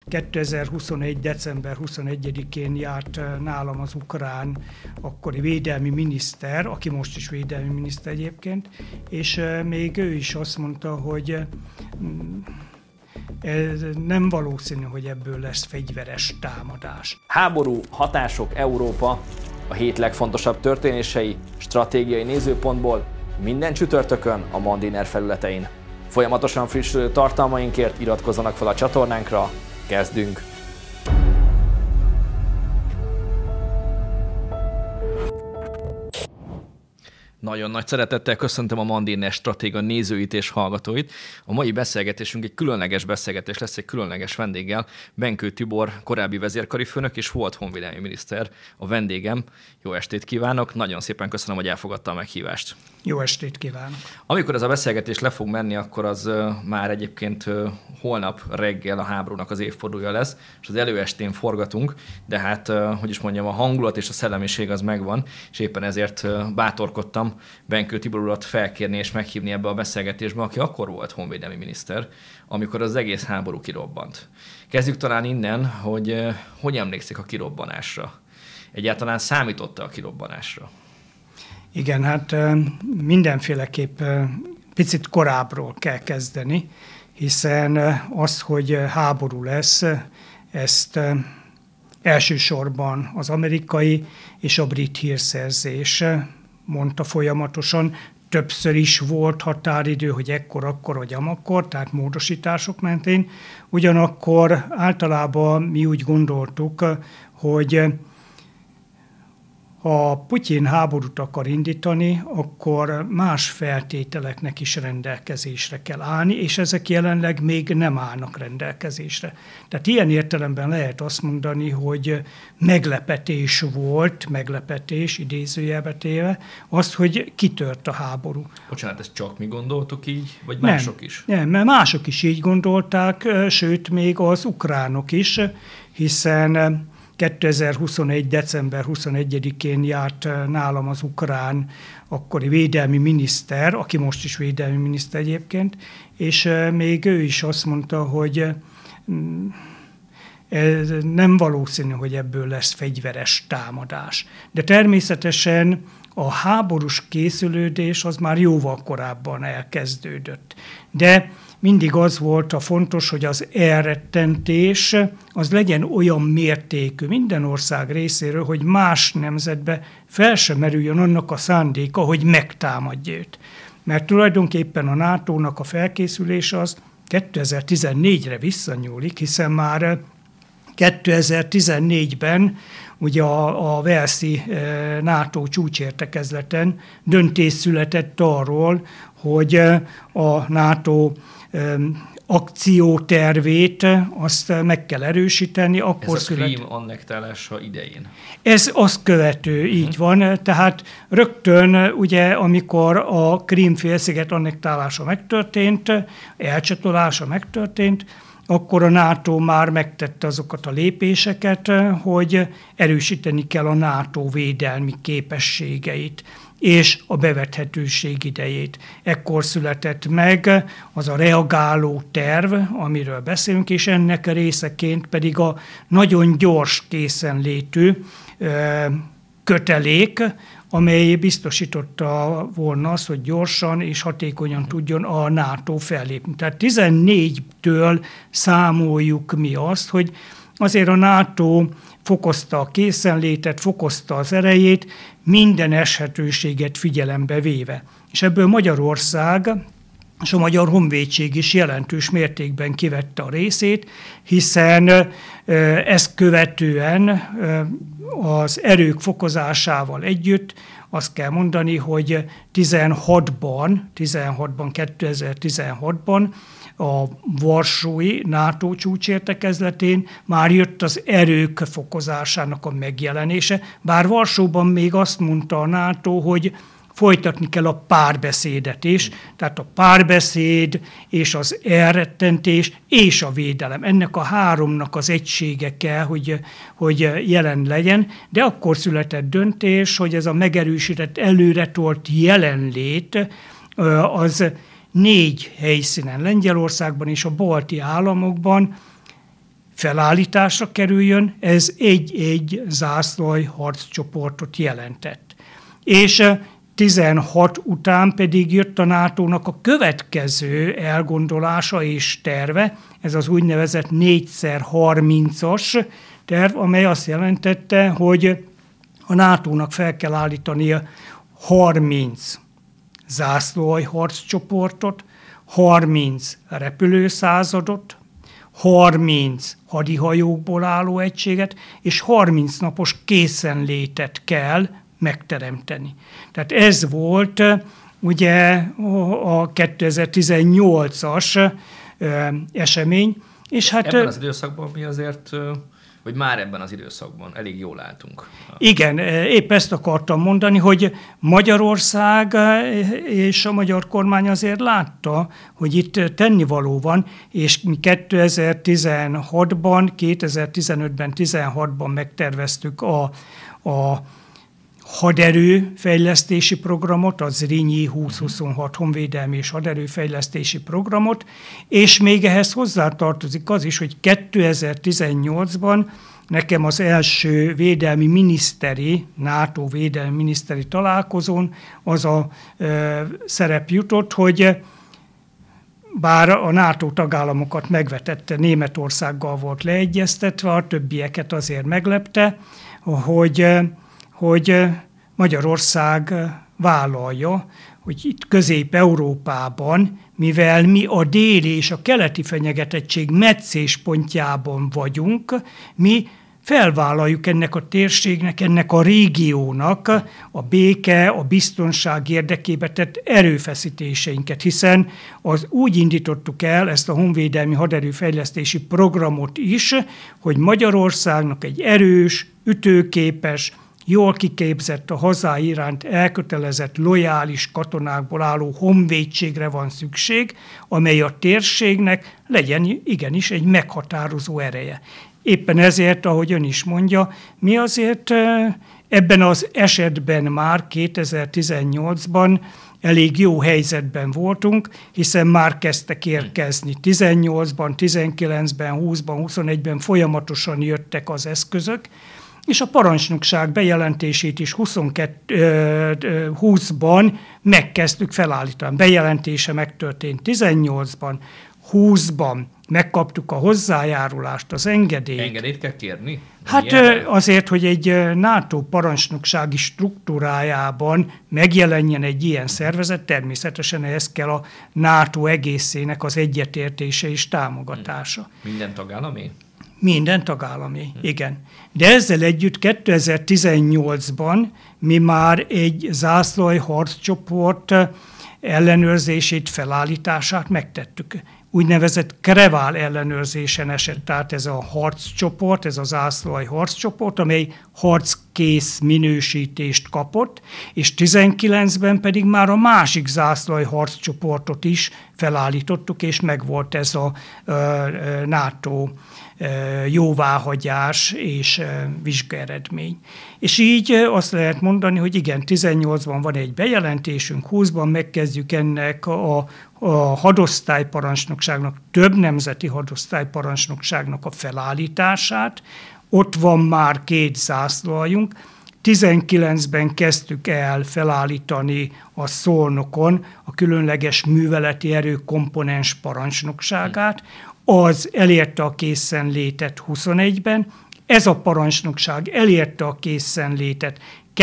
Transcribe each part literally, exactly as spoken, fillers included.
kétezer-huszonegy. december huszonegyedikén járt nálam az ukrán akkori védelmi miniszter, aki most is védelmi miniszter egyébként, és még ő is azt mondta, hogy ez nem valószínű, hogy ebből lesz fegyveres támadás. Háború, hatások, Európa, a hét legfontosabb történései stratégiai nézőpontból minden csütörtökön a Mandiner felületein. Folyamatosan frissülő tartalmainkért iratkozzanak fel a csatornánkra, kezdünk! Nagyon nagy szeretettel köszöntöm a Mandiner Stratéga nézőit és hallgatóit. A mai beszélgetésünk egy különleges beszélgetés lesz egy különleges vendéggel. Benkő Tibor, korábbi vezérkari főnök és volt honvédelmi miniszter a vendégem. Jó estét kívánok, nagyon szépen köszönöm, hogy elfogadta a meghívást. Jó estét kívánok! Amikor ez a beszélgetés le fog menni, akkor az uh, már egyébként uh, holnap reggel a háborúnak az évfordulója lesz, és az előestén forgatunk, de hát, uh, hogy is mondjam, a hangulat és a szellemiség az megvan, és éppen ezért uh, bátorkodtam Benkő Tibor urat felkérni és meghívni ebbe a beszélgetésbe, aki akkor volt honvédelmi miniszter, amikor az egész háború kirobbant. Kezdjük talán innen, hogy uh, hogy emlékszik a kirobbanásra? Egyáltalán számította a kirobbanásra? Igen, hát mindenféleképp picit korábbról kell kezdeni, hiszen az, hogy háború lesz, ezt elsősorban az amerikai és a brit hírszerzés mondta folyamatosan. Többször is volt határidő, hogy ekkor, akkor vagy amakkor, tehát módosítások mentén. Ugyanakkor általában mi úgy gondoltuk, hogy ha Putyin háborút akar indítani, akkor más feltételeknek is rendelkezésre kell állni, és ezek jelenleg még nem állnak rendelkezésre. Tehát ilyen értelemben lehet azt mondani, hogy meglepetés volt, meglepetés, idézőjelbe téve, az, hogy kitört a háború. Bocsánat, ezt csak mi gondoltuk így, vagy mások nem, is? Nem, mert mások is így gondolták, sőt, még az ukránok is, hiszen kétezer-huszonegy. december huszonegyedikén járt nálam az ukrán akkori védelmi miniszter, aki most is védelmi miniszter egyébként, és még ő is azt mondta, hogy ez nem valószínű, hogy ebből lesz fegyveres támadás. De természetesen a háborús készülődés az már jóval korábban elkezdődött. De mindig az volt a fontos, hogy az elrettentés az legyen olyan mértékű minden ország részéről, hogy más nemzetbe fel sem merüljön annak a szándéka, hogy megtámadja őt. Mert tulajdonképpen a nátónak a felkészülése az kétezer-tizennégyre visszanyúlik, hiszen már kétezer-tizennégyben ugye a, a Walesi NATO csúcsértekezleten döntés született arról, hogy a NATO akciótervét azt meg kell erősíteni. Akkor Ez a Krím annektálása idején. Ez azt követő, így uh-huh. van. Tehát rögtön, ugye, amikor a Krím-félsziget annektálása megtörtént, elcsatolása megtörtént, akkor a NATO már megtette azokat a lépéseket, hogy erősíteni kell a NATO védelmi képességeit és a bevethetőség idejét. Ekkor született meg az a reagáló terv, amiről beszélünk, és ennek a részeként pedig a nagyon gyors készenlétű kötelék, amely biztosította volna azt, hogy gyorsan és hatékonyan tudjon a NATO fellépni. Tehát tizennégytől számoljuk mi azt, hogy azért a NATO fokozta a készenlétet, fokozta az erejét, minden eshetőséget figyelembe véve. És ebből Magyarország és a Magyar Honvédség is jelentős mértékben kivette a részét, hiszen ezt követően az erők fokozásával együtt azt kell mondani, hogy tizenhatban, tizenhatban, kétezer-tizenhatban a varsói NATO csúcsértekezletén már jött az erők fokozásának a megjelenése, bár Varsóban még azt mondta a NATO, hogy folytatni kell a párbeszédet is, tehát a párbeszéd és az elrettentés és a védelem. Ennek a háromnak az egysége kell, hogy, hogy jelen legyen, de akkor született döntés, hogy ez a megerősített, előretolt jelenlét az négy helyszínen, Lengyelországban és a balti államokban felállításra kerüljön, ez egy-egy zászlaj harccsoportot jelentett. És tizenhat után pedig jött a nátónak a következő elgondolása és terve, ez az úgynevezett négyszer harmincas terv, amely azt jelentette, hogy a nátónak fel kell állítania harminc zászlóalj harccsoportot, harminc repülőszázadot, harminc hadihajókból álló egységet, és harminc napos készenlétet kell megteremteni. Tehát ez volt ugye a kétezer-tizennyolcas esemény. És hát, ebben az időszakban mi azért, hogy már ebben az időszakban elég jól álltunk. Igen, épp ezt akartam mondani, hogy Magyarország és a magyar kormány azért látta, hogy itt tennivaló van, és mi kétezer-tizenhatban, kétezer-tizenötben, tizenhatban megterveztük a, a haderőfejlesztési programot, az Zrínyi húsz-huszonhat honvédelmi és haderőfejlesztési programot, és még ehhez hozzátartozik az is, hogy kétezer-tizennyolcban nekem az első védelmi miniszteri, NATO védelmi miniszteri találkozón az a e, szerep jutott, hogy bár a NATO tagállamokat megvetette, Németországgal volt leegyeztetve, a többieket azért meglepte, hogy hogy Magyarország vállalja, hogy itt Közép-Európában, mivel mi a déli és a keleti fenyegetettség meccéspontjában vagyunk, mi felvállaljuk ennek a térségnek, ennek a régiónak a béke, a biztonság érdekébe tett erőfeszítéseinket, hiszen az úgy indítottuk el ezt a honvédelmi haderőfejlesztési programot is, hogy Magyarországnak egy erős, ütőképes, jól kiképzett, a hazá iránt elkötelezett, lojális katonákból álló honvédségre van szükség, amely a térségnek legyen igenis egy meghatározó ereje. Éppen ezért, ahogy ön is mondja, mi azért ebben az esetben már kétezer-tizennyolcban elég jó helyzetben voltunk, hiszen már kezdtek érkezni. tizennyolcban, tizenkilencben, húszban, huszonegyben folyamatosan jöttek az eszközök, és a parancsnokság bejelentését is húszban megkezdtük felállítani. Bejelentése megtörtént tizennyolcban, húszban megkaptuk a hozzájárulást, az engedélyt. Engedélyt kell kérni? Hát ilyen? Azért, hogy egy NATO parancsnoksági struktúrájában megjelenjen egy ilyen szervezet, természetesen ehhez kell a NATO egészének az egyetértése és támogatása. Minden tagállami? Minden tagállami, hmm. igen. De ezzel együtt kétezer-tizennyolcban mi már egy zászlóalj harccsoport ellenőrzését, felállítását megtettük. Úgynevezett Krevál ellenőrzésen esett át ez a harccsoport, ez a zászlóalj harccsoport, amely harckész minősítést kapott, és tizenkilencben pedig már a másik zászlóalj harccsoportot is felállítottuk, és megvolt ez a uh, NATO jóváhagyás és vizsgaeredmény. És így azt lehet mondani, hogy igen, tizennyolcban van egy bejelentésünk, húszban megkezdjük ennek a, a hadosztályparancsnokságnak, több nemzeti hadosztályparancsnokságnak a felállítását, ott van már két zászlóaljunk, tizenkilencben kezdtük el felállítani a Szolnokon a különleges műveleti erő komponens parancsnokságát, az elérte a készenlétet huszonegyben, ez a parancsnokság elérte a készenlétet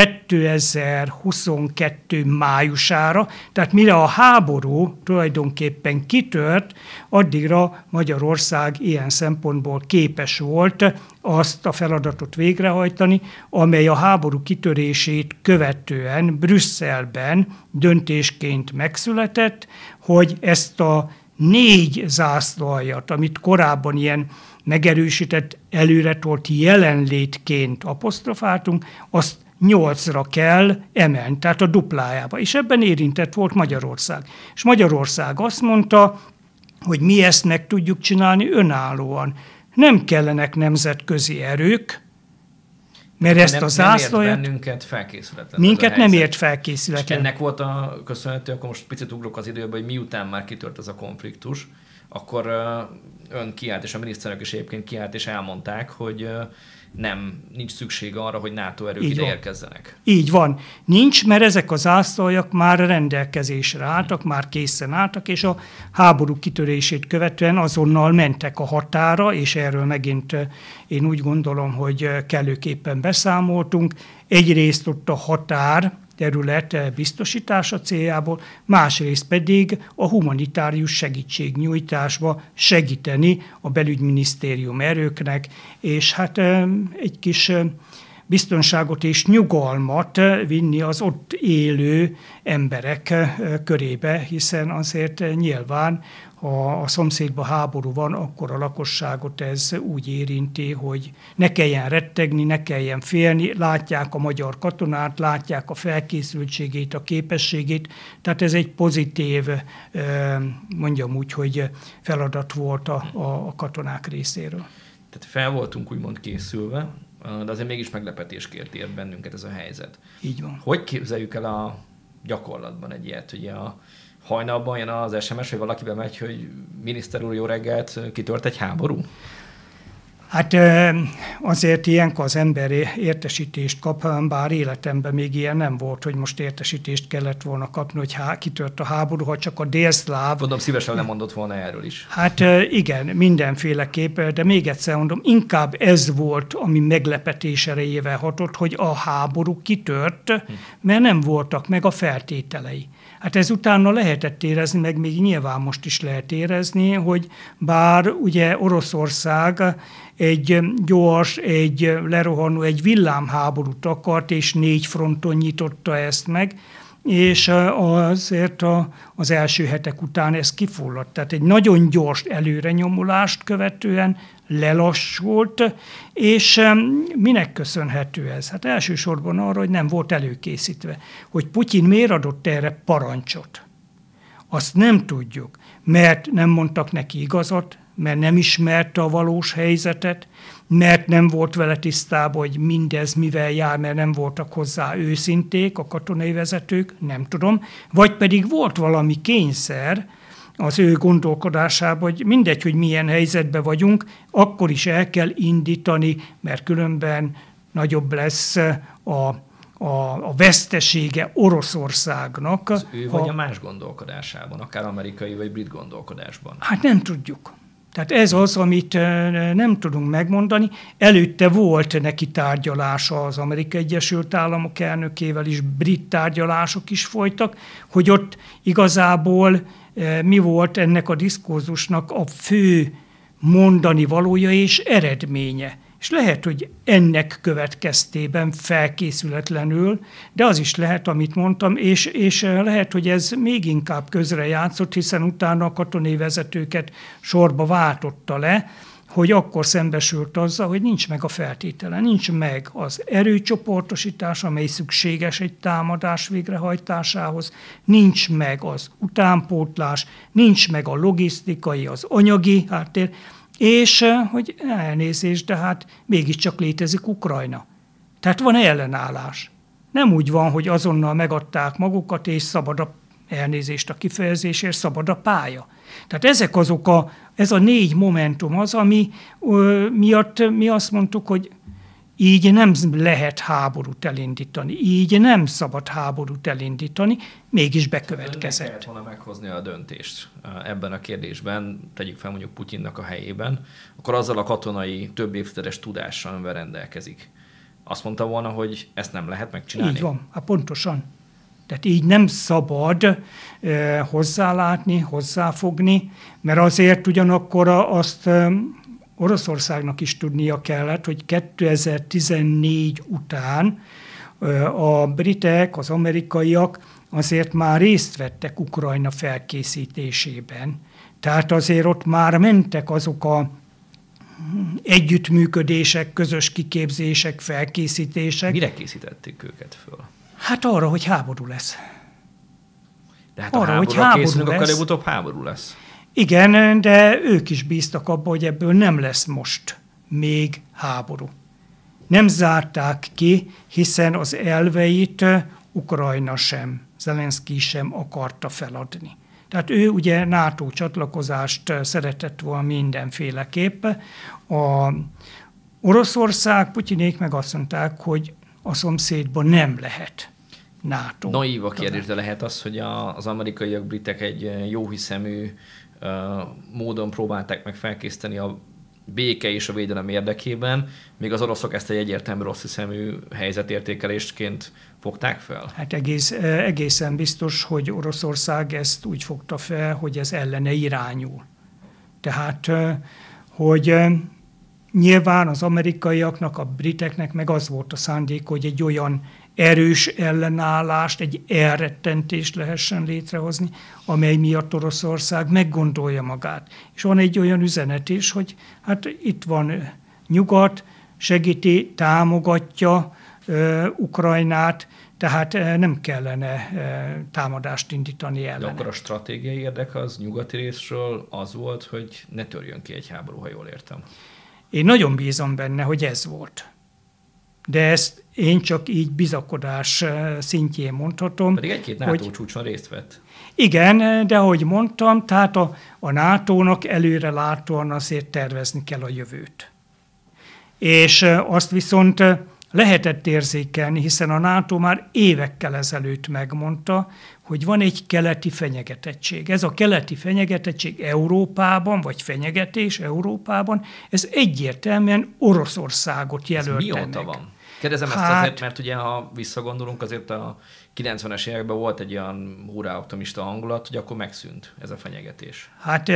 kétezer-huszonkettő májusára, tehát mire a háború tulajdonképpen kitört, addigra Magyarország ilyen szempontból képes volt azt a feladatot végrehajtani, amely a háború kitörését követően Brüsszelben döntésként megszületett, hogy ezt a négy zászlóaljat, amit korábban ilyen megerősített, előretolt jelenlétként apostrofáltunk, azt nyolcra kell emelni, tehát a duplájába. És ebben érintett volt Magyarország. És Magyarország azt mondta, hogy mi ezt meg tudjuk csinálni önállóan. Nem kellenek nemzetközi erők, mert ezt nem, a zászlóját... Nem ért bennünket felkészületlen. Minket nem ért felkészületlen. És ennek volt a köszönhető, akkor most picit ugrok az időbe, hogy miután már kitört ez a konfliktus, akkor ön kiállt, és a miniszterelnök is egyébként kiállt, és elmondták, hogy nem, nincs szükség arra, hogy NATO erők ide érkezzenek. Így van. Nincs, mert ezek az zászlajak már rendelkezésre álltak, már készen álltak, és a háború kitörését követően azonnal mentek a határa, és erről megint én úgy gondolom, hogy kellőképpen beszámoltunk. Egyrészt ott a határ terület biztosítása céljából, másrészt pedig a humanitárius segítségnyújtásba segíteni a belügyminisztérium erőknek, és hát egy kis biztonságot és nyugalmat vinni az ott élő emberek körébe, hiszen azért nyilván, ha a szomszédban háború van, akkor a lakosságot ez úgy érinti, hogy ne kelljen rettegni, ne kelljen félni, látják a magyar katonát, látják a felkészültségét, a képességét, tehát ez egy pozitív, mondjam úgy, hogy feladat volt a, a katonák részéről. Tehát fel voltunk úgymond készülve, de azért mégis meglepetésként ért bennünket ez a helyzet. Így van. Hogy képzeljük el a gyakorlatban egy ilyet, ugye a hajnalban jön az es em es, vagy valakiben megy, hogy miniszter úr, jó reggelt, kitört egy háború? Hát azért ilyenkor az ember értesítést kap, bár életemben még ilyen nem volt, hogy most értesítést kellett volna kapni, hogy há, kitört a háború, ha csak a délszláv. Mondom, szívesen nem mondott volna erről is. Hát igen, mindenféleképp, de még egyszer mondom, inkább ez volt, ami meglepetés erejével hatott, hogy a háború kitört, mert nem voltak meg a feltételei. Hát ez utána lehetett érezni, meg még nyilván most is lehet érezni, hogy bár ugye Oroszország egy gyors, egy lerohanó, egy villámháborút akart, és négy fronton nyitotta ezt meg, és azért a, az első hetek után ez kifulladt. Tehát egy nagyon gyors előrenyomulást követően lelassult, és minek köszönhető ez? Hát elsősorban arra, hogy nem volt előkészítve. Hogy Putyin miért adott erre parancsot? Azt nem tudjuk, mert nem mondtak neki igazat, mert nem ismerte a valós helyzetet, mert nem volt vele tisztában, hogy mindez mivel jár, mert nem voltak hozzá őszinték a katonai vezetők, nem tudom, vagy pedig volt valami kényszer az ő gondolkodásában, hogy mindegy, hogy milyen helyzetben vagyunk, akkor is el kell indítani, mert különben nagyobb lesz a A, a vesztesége Oroszországnak. Az ő vagy a más gondolkodásában, akár amerikai vagy brit gondolkodásban? Hát nem tudjuk. Tehát ez az, amit nem tudunk megmondani. Előtte volt neki tárgyalása az Amerikai Egyesült Államok elnökével is, brit tárgyalások is folytak, hogy ott igazából mi volt ennek a diskurzusnak a fő mondani valója és eredménye. És lehet, hogy ennek következtében felkészületlenül, de az is lehet, amit mondtam, és, és lehet, hogy ez még inkább közrejátszott, hiszen utána a katonai vezetőket sorba váltotta le, hogy akkor szembesült azzal, hogy nincs meg a feltétele, nincs meg az erőcsoportosítás, amely szükséges egy támadás végrehajtásához, nincs meg az utánpótlás, nincs meg a logisztikai, az anyagi háttér, és hogy elnézést, de hát mégiscsak létezik Ukrajna. Tehát van ellenállás. Nem úgy van, hogy azonnal megadták magukat, és szabad a elnézést a kifejezésért, szabad a pálya. Tehát ezek azok a, ez a négy momentum az, ami ö, miatt mi azt mondtuk, hogy így nem lehet háborút elindítani, így nem szabad háborút elindítani, mégis bekövetkezett. Önnek kellett volna meghozni a döntést ebben a kérdésben, tegyük fel mondjuk Putyinnak a helyében, akkor azzal a katonai több évtizedes tudással, amivel rendelkezik. Azt mondta volna, hogy ezt nem lehet megcsinálni? Így van, hát pontosan. Tehát így nem szabad eh, hozzálátni, hozzáfogni, mert azért ugyanakkor azt eh, Oroszországnak is tudnia kellett, hogy kétezer-tizennégy után eh, a britek, az amerikaiak azért már részt vettek Ukrajna felkészítésében. Tehát azért ott már mentek azok a együttműködések, közös kiképzések, felkészítések. Mire készítették őket föl? Hát arra, hogy háború lesz. De hát arra, a háborúra hogy háború készülünk, lesz. Akkor előbb-utóbb háború lesz. Igen, de ők is bíztak abba, hogy ebből nem lesz most még háború. Nem zárták ki, hiszen az elveit Ukrajna sem, Zelenszkij sem akarta feladni. Tehát ő ugye NATO csatlakozást szeretett volna mindenféleképp. A Oroszország, Putyinék meg azt mondták, hogy a szomszédban nem lehet NATO. Naív a kérdés, de lehet az, hogy a, az amerikaiak, britek egy jóhiszemű uh, módon próbálták meg felkészíteni a béke és a védelem érdekében, míg az oroszok ezt egy egyértelmű rossz hiszemű helyzetértékelésként fogták fel? Hát egész, egészen biztos, hogy Oroszország ezt úgy fogta fel, hogy ez ellene irányul. Tehát, hogy nyilván az amerikaiaknak, a briteknek meg az volt a szándék, hogy egy olyan erős ellenállást, egy elrettentést lehessen létrehozni, amely miatt Oroszország meggondolja magát. És van egy olyan üzenet is, hogy hát itt van nyugat, segíti, támogatja uh, Ukrajnát, tehát uh, nem kellene uh, támadást indítani ellene. De akkor a stratégiai érdek az nyugati részről az volt, hogy ne törjön ki egy háború, ha jól értem. Én nagyon bízom benne, hogy ez volt. De ezt én csak így bizakodás szintjén mondhatom. Pedig egy-két NATO hogy, csúcson részt vett. Igen, de ahogy mondtam, tehát a, a nátónak előre látóan azért tervezni kell a jövőt. És azt viszont lehetett érzékelni, hiszen a NATO már évekkel ezelőtt megmondta, hogy van egy keleti fenyegetettség. Ez a keleti fenyegetettség Európában, vagy fenyegetés Európában, ez egyértelműen Oroszországot jelölte meg. Mióta van? Kérdezem hát, ezt azért, mert ugye ha visszagondolunk, azért a kilencvenes években volt egy olyan hurrá optimista hangulat, hogy akkor megszűnt ez a fenyegetés. Hát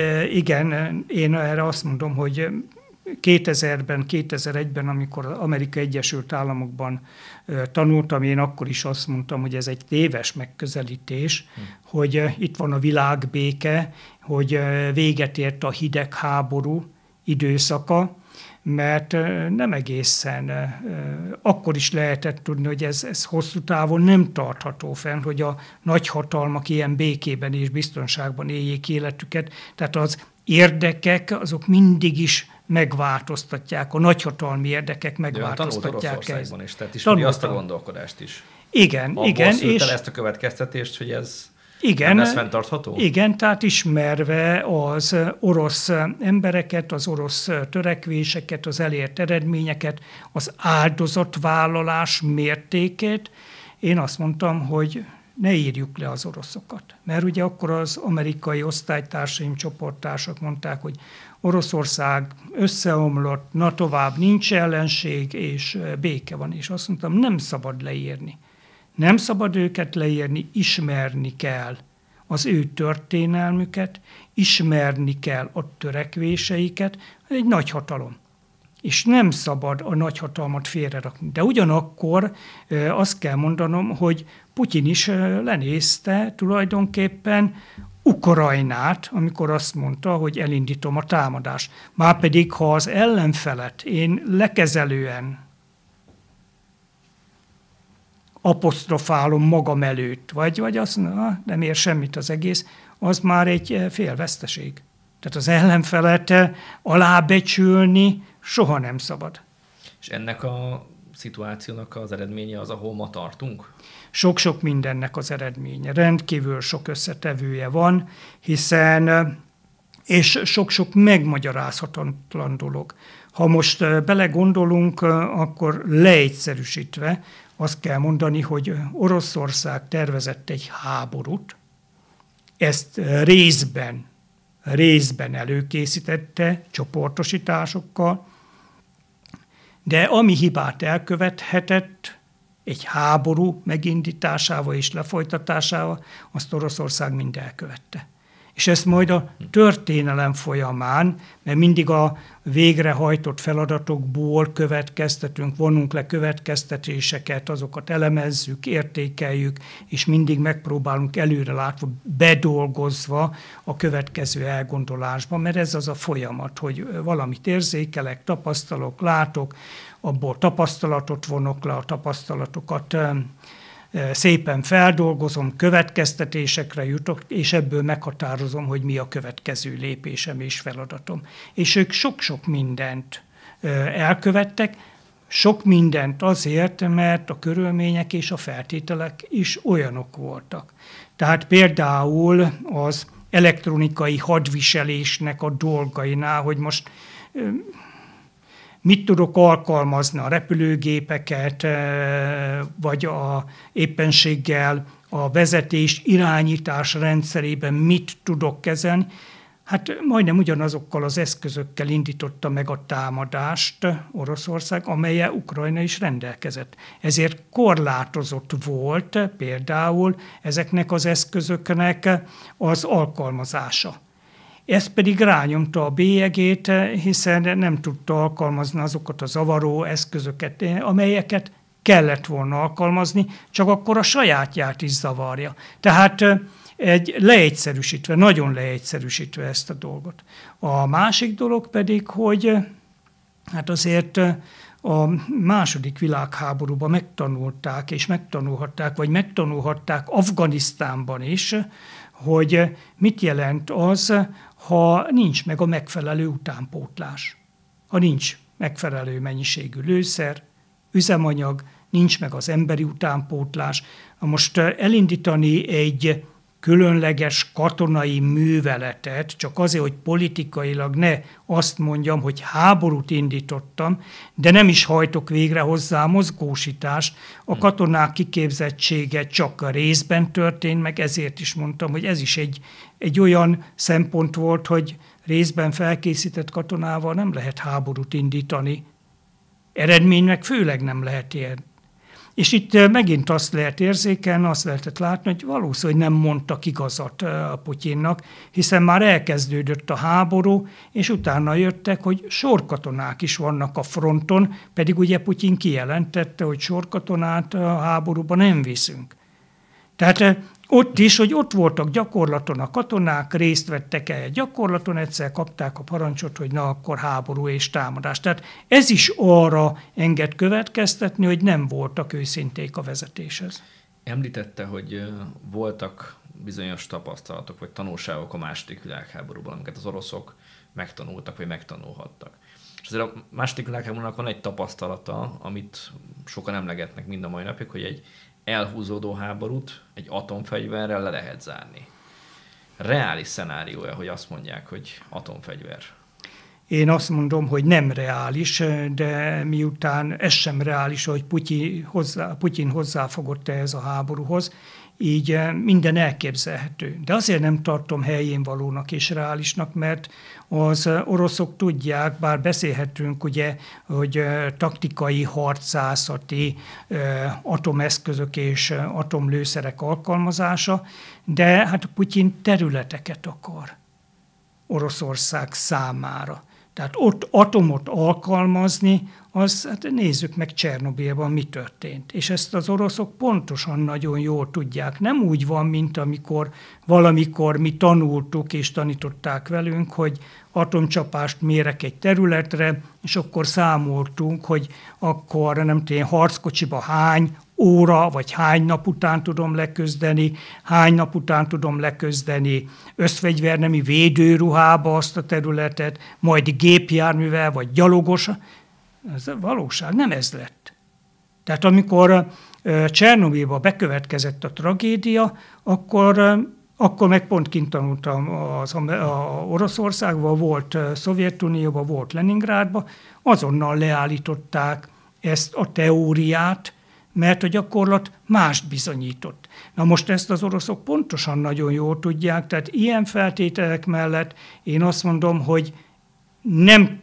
igen, én erre azt mondom, hogy kétezerben, kétezer-egyben, amikor az Amerikai Egyesült Államokban tanultam, én akkor is azt mondtam, hogy ez egy téves megközelítés, hm. hogy itt van a világbéke, hogy véget ért a hidegháború időszaka, mert nem egészen, akkor is lehetett tudni, hogy ez, ez hosszú távon nem tartható fenn, hogy a nagyhatalmak ilyen békében és biztonságban éljék életüket. Tehát az érdekek azok mindig is megváltoztatják, a nagyhatalmi érdekek megváltoztatják ezt. Is, tehát ismeri azt a gondolkodást is. Igen, Abból igen. És ezt a következtetést, hogy ez igen, nem lesz fenntartható? Igen, tehát ismerve az orosz embereket, az orosz törekvéseket, az elért eredményeket, az áldozatvállalás mértékét, én azt mondtam, hogy ne írjuk le az oroszokat. Mert ugye akkor az amerikai osztálytársaim, csoporttársak mondták, hogy Oroszország összeomlott, na tovább nincs ellenség, és béke van. És azt mondtam, nem szabad leírni. Nem szabad őket leírni, ismerni kell az ő történelmüket, ismerni kell a törekvéseiket, ez egy nagyhatalom. És nem szabad a nagyhatalmat félrerakni. De ugyanakkor azt kell mondanom, hogy Putyin is lenézte tulajdonképpen Ukrajnát, amikor azt mondta, hogy elindítom a támadást. Márpedig, ha az ellenfelet én lekezelően apostrofálom magam előtt, vagy, vagy azt mondja, nem ér semmit az egész, az már egy félveszteség. Tehát az ellenfelet alábecsülni soha nem szabad. És ennek a szituációnak az eredménye az, ahol ma tartunk? Sok-sok mindennek az eredménye. Rendkívül sok összetevője van, hiszen, és sok-sok megmagyarázhatatlan dolog. Ha most belegondolunk, akkor leegyszerűsítve azt kell mondani, hogy Oroszország tervezett egy háborút, ezt részben, részben előkészítette csoportosításokkal, de ami hibát elkövethetett egy háború megindításával és lefolytatásával, azt Oroszország mind elkövette. És ezt majd a történelem folyamán, mert mindig a végrehajtott feladatokból következtetünk, vonunk le következtetéseket, azokat elemezzük, értékeljük, és mindig megpróbálunk előre látva, bedolgozva a következő elgondolásba, mert ez az a folyamat, hogy valamit érzékelek, tapasztalok, látok, abból tapasztalatot vonok le, a tapasztalatokat szépen feldolgozom, következtetésekre jutok, és ebből meghatározom, hogy mi a következő lépésem és feladatom. És ők sok-sok mindent elkövettek, Sok mindent azért, mert a körülmények és a feltételek is olyanok voltak. Tehát például az elektronikai hadviselésnek a dolgainál, hogy most mit tudok alkalmazni, a repülőgépeket, vagy a éppenséggel a vezetés irányítás rendszerében mit tudok kezelni. Hát majdnem ugyanazokkal az eszközökkel indította meg a támadást Oroszország, amellyel Ukrajna is rendelkezett. Ezért korlátozott volt például ezeknek az eszközöknek az alkalmazása. Ez pedig rányomta a bélyegét, hiszen nem tudta alkalmazni azokat a zavaró eszközöket, amelyeket kellett volna alkalmazni, csak akkor a sajátját is zavarja. Tehát egy leegyszerűsítve, nagyon leegyszerűsítve ezt a dolgot. A másik dolog pedig, hogy hát azért a második világháborúban megtanulták, és megtanulhatták, vagy megtanulhatták Afganisztánban is, hogy mit jelent az, ha nincs meg a megfelelő utánpótlás. Ha nincs megfelelő mennyiségű lőszer, üzemanyag, nincs meg az emberi utánpótlás. Most elindítani egy különleges katonai műveletet, csak azért, hogy politikailag ne azt mondjam, hogy háborút indítottam, de nem is hajtok végre hozzá mozgósítást. A katonák kiképzettsége csak a részben történt, meg ezért is mondtam, hogy ez is egy, egy olyan szempont volt, hogy részben felkészített katonával nem lehet háborút indítani. Eredmény meg főleg nem lehet ilyen. És itt megint azt lehet érzékelni, azt lehetett látni, hogy valószínűleg nem mondtak igazat a Putyinnak, hiszen már elkezdődött a háború, és utána jöttek, hogy sorkatonák is vannak a fronton, pedig ugye Putyin kijelentette, hogy sorkatonát a háborúban nem viszünk. Tehát ott is, hogy ott voltak gyakorlaton a katonák, részt vettek el gyakorlaton, egyszer kapták a parancsot, hogy na akkor háború és támadás. Tehát ez is arra enged következtetni, hogy nem voltak őszinték a vezetéshez. Említette, hogy voltak bizonyos tapasztalatok vagy tanulságok a második világháborúban, amiket az oroszok megtanultak vagy megtanulhattak. És azért a második világháborúnak van egy tapasztalata, amit sokan emlegetnek mind a mai napig, hogy egy elhúzódó háborút egy atomfegyverrel le lehet zárni. Reális szenárió-e, hogy azt mondják, hogy atomfegyver? Én azt mondom, hogy nem reális, de miután ez sem reális, hogy Putyin, hozzá, Putyin hozzáfogott ehhez a háborúhoz, így minden elképzelhető. De azért nem tartom helyén valónak és reálisnak, mert az oroszok tudják, bár beszélhetünk ugye, hogy taktikai, harcászati atomeszközök és atomlőszerek alkalmazása, de hát Putyin területeket akar Oroszország számára. Tehát ott atomot alkalmazni, az, hát nézzük meg Csernobilban mi történt. És ezt az oroszok pontosan nagyon jól tudják. Nem úgy van, mint amikor valamikor mi tanultuk és tanították velünk, hogy atomcsapást mérek egy területre, és akkor számoltunk, hogy akkor nem tudom, harckocsiba hány óra, vagy hány nap után tudom leközdeni, hány nap után tudom leközdeni összfegyvernemi védőruhába azt a területet, majd gépjárművel, vagy gyalogos. Ez a valóság, nem ez lett. Tehát amikor Csernobilban bekövetkezett a tragédia, akkor, akkor meg pont kint tanultam az, a Oroszországban, volt Szovjetunióban, volt Leningrádban, azonnal leállították ezt a teóriát, mert a gyakorlat mást bizonyított. Na most ezt az oroszok pontosan nagyon jól tudják, tehát ilyen feltételek mellett én azt mondom, hogy nem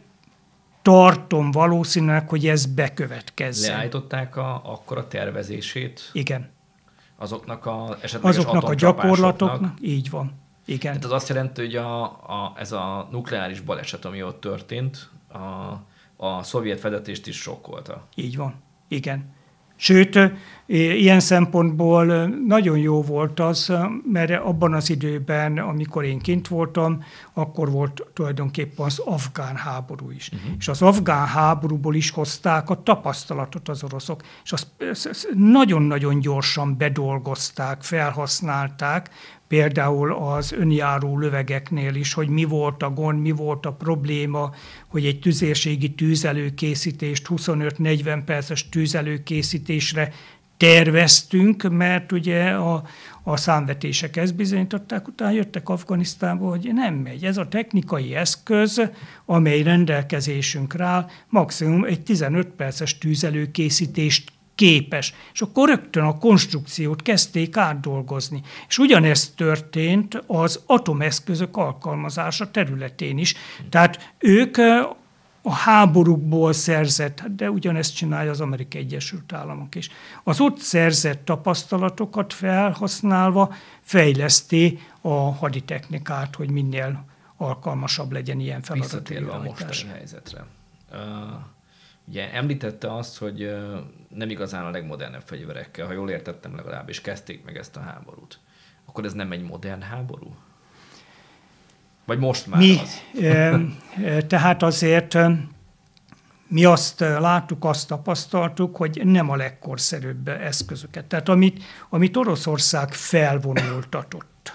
tartom valószínűleg, hogy ez bekövetkezzen. Leállították a, akkor a tervezését? Igen. Azoknak a esetleges Azoknak a gyakorlatoknak, így van. Igen. Tehát az azt jelenti, hogy a, a, ez a nukleáris baleset, ami ott történt, a, a szovjet vezetést is sokkolta. Így van. Igen. Sőt, ilyen szempontból nagyon jó volt az, mert abban az időben, amikor én kint voltam, akkor volt tulajdonképpen az afgán háború is. Uh-huh. És az afgán háborúból is hozták a tapasztalatot az oroszok, és azt nagyon-nagyon gyorsan bedolgozták, felhasználták, például az önjáró lövegeknél is, hogy mi volt a gond, mi volt a probléma, hogy egy tüzérségi tűzelőkészítést, huszonöt-negyven perces tűzelőkészítésre terveztünk, mert ugye a, a számvetések ezt bizonyították, utána jöttek Afganisztánba, hogy nem megy. Ez a technikai eszköz, amely rendelkezésünkre áll, maximum egy tizenöt perces tűzelőkészítést képes. És akkor rögtön a konstrukciót kezdték átdolgozni. És ugyanezt történt az atomeszközök alkalmazása területén is. Tehát ők a háborúkból szerzett, de ugyanezt csinálja az Amerikai Egyesült Államok is. Az ott szerzett tapasztalatokat felhasználva fejleszti a haditechnikát, hogy minél alkalmasabb legyen ilyen feladat. Visszatérve a mostani helyzetre. Uh, ugye említette azt, hogy uh, nem igazán a legmodernebb fegyverekkel, ha jól értettem legalábbis, kezdték meg ezt a háborút. Akkor ez nem egy modern háború? Vagy most már mi, az? Tehát azért mi azt láttuk, azt tapasztaltuk, hogy nem a legkorszerűbb eszközöket. Tehát amit, amit Oroszország felvonultatott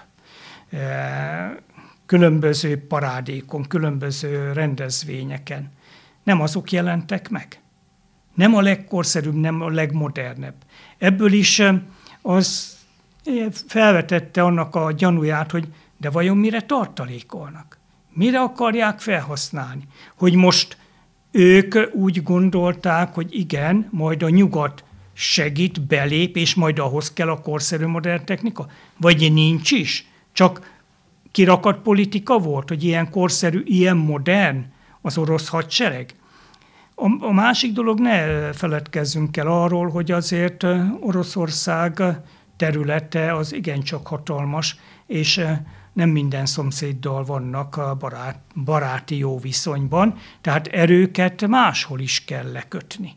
különböző parádékon, különböző rendezvényeken, nem azok jelentek meg. Nem a legkorszerűbb, nem a legmodernebb. Ebből is az felvetette annak a gyanúját, hogy de vajon mire tartalékolnak? Mire akarják felhasználni? Hogy most ők úgy gondolták, hogy igen, majd a nyugat segít, belép, és majd ahhoz kell a korszerű modern technika? Vagy nincs is? Csak kirakat politika volt, hogy ilyen korszerű, ilyen modern az orosz hadsereg? A, a másik dolog, ne feledkezzünk el arról, hogy azért Oroszország területe az igencsak hatalmas, és nem minden szomszéddal vannak barát, baráti jó viszonyban, tehát erőket máshol is kell lekötni.